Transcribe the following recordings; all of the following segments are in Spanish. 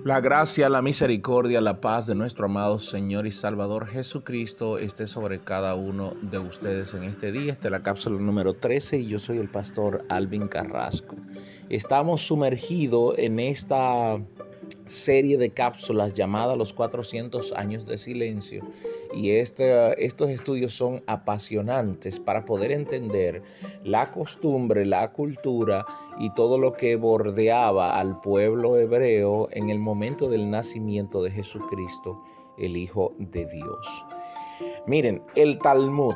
La gracia, la misericordia, la paz de nuestro amado Señor y Salvador Jesucristo esté sobre cada uno de ustedes en este día. Esta es la cápsula número 13 y yo soy el pastor Alvin Carrasco. Estamos sumergidos en esta serie de cápsulas llamada Los 400 años de silencio, y estos estudios son apasionantes para poder entender la costumbre, la cultura y todo lo que bordeaba al pueblo hebreo en el momento del nacimiento de Jesucristo, el Hijo de Dios. Miren, el Talmud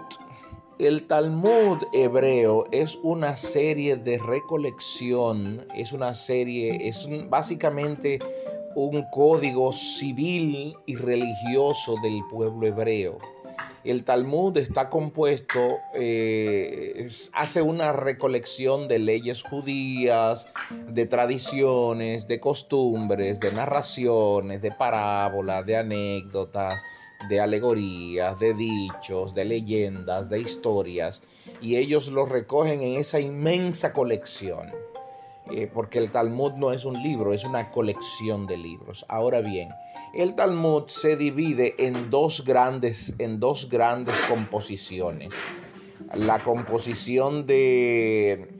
hebreo es una serie de recolección, es básicamente un código civil y religioso del pueblo hebreo. El Talmud está compuesto, hace una recolección de leyes judías, de tradiciones, de costumbres, de narraciones, de parábolas, de anécdotas, de alegorías, de dichos, de leyendas, de historias, y ellos los recogen en esa inmensa colección. Porque el Talmud no es un libro, es una colección de libros. Ahora bien, el Talmud se divide en dos grandes composiciones. La composición de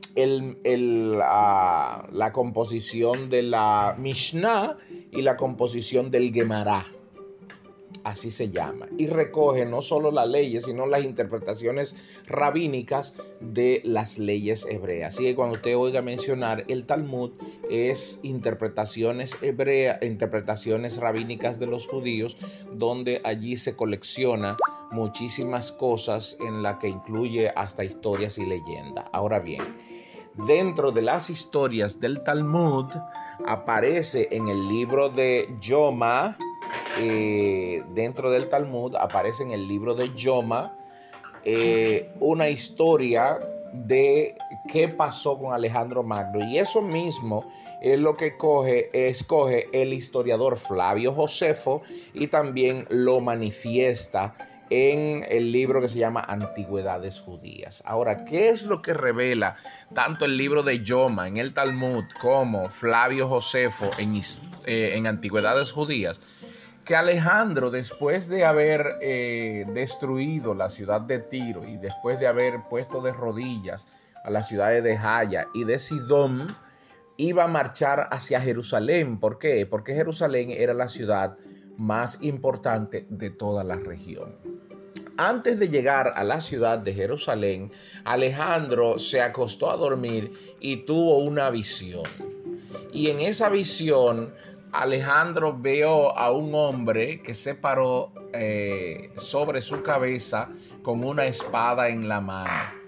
la composición de la Mishnah y la composición del Gemara. Así se llama, y recoge no solo las leyes, sino las interpretaciones rabínicas de las leyes hebreas. Así que cuando usted oiga mencionar el Talmud, es interpretaciones hebreas, interpretaciones rabínicas de los judíos, donde allí se colecciona muchísimas cosas, en la que incluye hasta historias y leyendas. Ahora bien, dentro de las historias del Talmud aparece en el libro de Yoma. Dentro del Talmud aparece en el libro de Yoma una historia de qué pasó con Alejandro Magno, y eso mismo es lo que escoge el historiador Flavio Josefo, y también lo manifiesta en el libro que se llama Antigüedades Judías. Ahora, ¿qué es lo que revela tanto el libro de Yoma en el Talmud como Flavio Josefo en Antigüedades Judías? Que Alejandro, después de haber destruido la ciudad de Tiro y después de haber puesto de rodillas a las ciudades de Jaya y de Sidón, iba a marchar hacia Jerusalén. ¿Por qué? Porque Jerusalén era la ciudad más importante de toda la región. Antes de llegar a la ciudad de Jerusalén, Alejandro se acostó a dormir y tuvo una visión. Y en esa visión, Alejandro vio a un hombre que se paró sobre su cabeza con una espada en la mano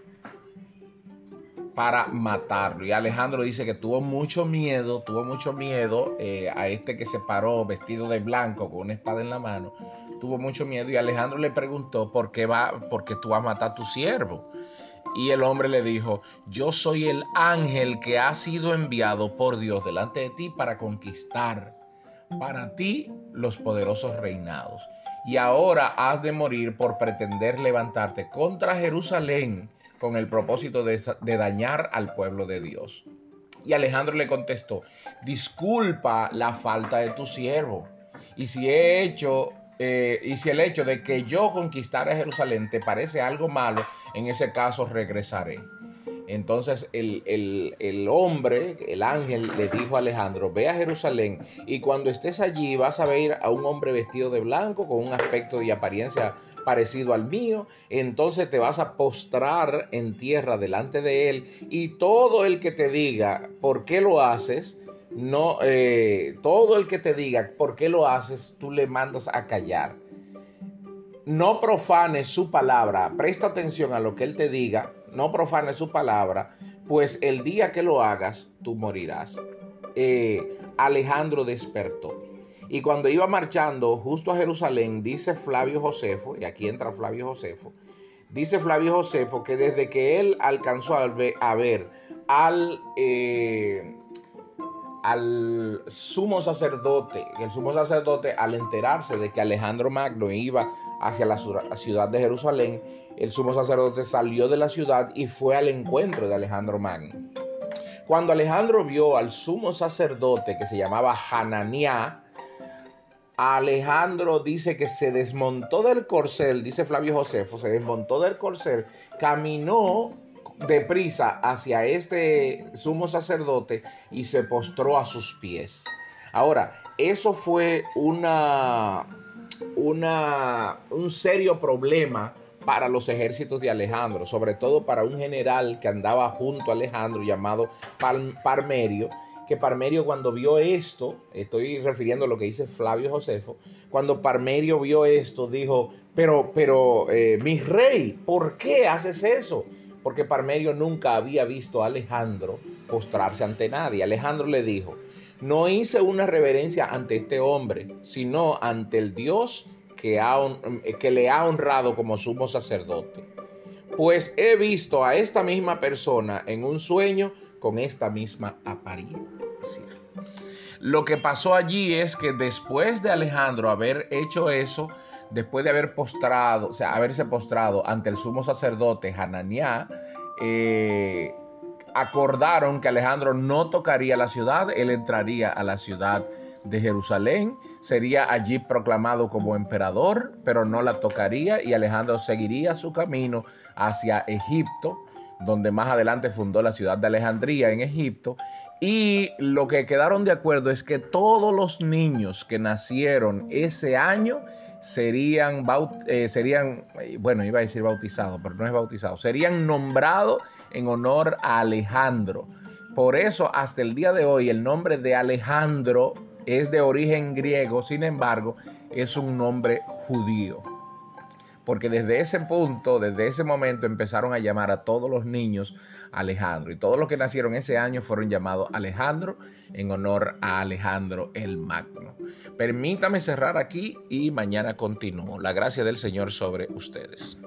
para matarlo. Y Alejandro dice que tuvo mucho miedo a este que se paró vestido de blanco con una espada en la mano. Tuvo mucho miedo, y Alejandro le preguntó ¿por qué tú vas a matar a tu siervo? Y el hombre le dijo: yo soy el ángel que ha sido enviado por Dios delante de ti para conquistar para ti los poderosos reinados. Y ahora has de morir por pretender levantarte contra Jerusalén con el propósito de dañar al pueblo de Dios. Y Alejandro le contestó: disculpa la falta de tu siervo. Y si el hecho de que yo conquistara Jerusalén te parece algo malo, en ese caso regresaré. Entonces el hombre, el ángel, le dijo a Alejandro: ve a Jerusalén, y cuando estés allí vas a ver a un hombre vestido de blanco con un aspecto y apariencia parecido al mío. Entonces te vas a postrar en tierra delante de él, y todo el que te diga por qué lo haces, tú le mandas a callar. No profanes su palabra, presta atención a lo que él te diga, no profanes su palabra, pues el día que lo hagas, tú morirás. Alejandro despertó, y cuando iba marchando justo a Jerusalén, dice Flavio Josefo, y aquí entra Flavio Josefo, dice Flavio Josefo que desde que él alcanzó a ver al sumo sacerdote, el sumo sacerdote, al enterarse de que Alejandro Magno iba hacia la ciudad de Jerusalén, el sumo sacerdote salió de la ciudad y fue al encuentro de Alejandro Magno. Cuando Alejandro vio al sumo sacerdote, que se llamaba Hananiah, Alejandro dice que se desmontó del corcel, dice Flavio Josefo, se desmontó del corcel, caminó deprisa hacia este sumo sacerdote y se postró a sus pies. Ahora, eso fue un serio problema para los ejércitos de Alejandro, sobre todo para un general que andaba junto a Alejandro llamado Parmerio, que Parmerio cuando vio esto, estoy refiriendo a lo que dice Flavio Josefo, cuando Parmerio vio esto dijo, pero mi rey, ¿por qué haces eso? Porque Parmerio nunca había visto a Alejandro postrarse ante nadie. Alejandro le dijo, no hice una reverencia ante este hombre, sino ante el Dios que le ha honrado como sumo sacerdote. Pues he visto a esta misma persona en un sueño con esta misma apariencia. Lo que pasó allí es que después de Alejandro haber hecho eso, después de haberse postrado ante el sumo sacerdote Hananiah, acordaron que Alejandro no tocaría la ciudad, él entraría a la ciudad de Jerusalén, sería allí proclamado como emperador, pero no la tocaría, y Alejandro seguiría su camino hacia Egipto, donde más adelante fundó la ciudad de Alejandría en Egipto. Y lo que quedaron de acuerdo es que todos los niños que nacieron ese año serían nombrados en honor a Alejandro. Por eso, hasta el día de hoy, el nombre de Alejandro es de origen griego, sin embargo, es un nombre judío. Porque desde ese momento, empezaron a llamar a todos los niños Alejandro. Y todos los que nacieron ese año fueron llamados Alejandro en honor a Alejandro el Magno. Permítame cerrar aquí y mañana continúo. La gracia del Señor sobre ustedes.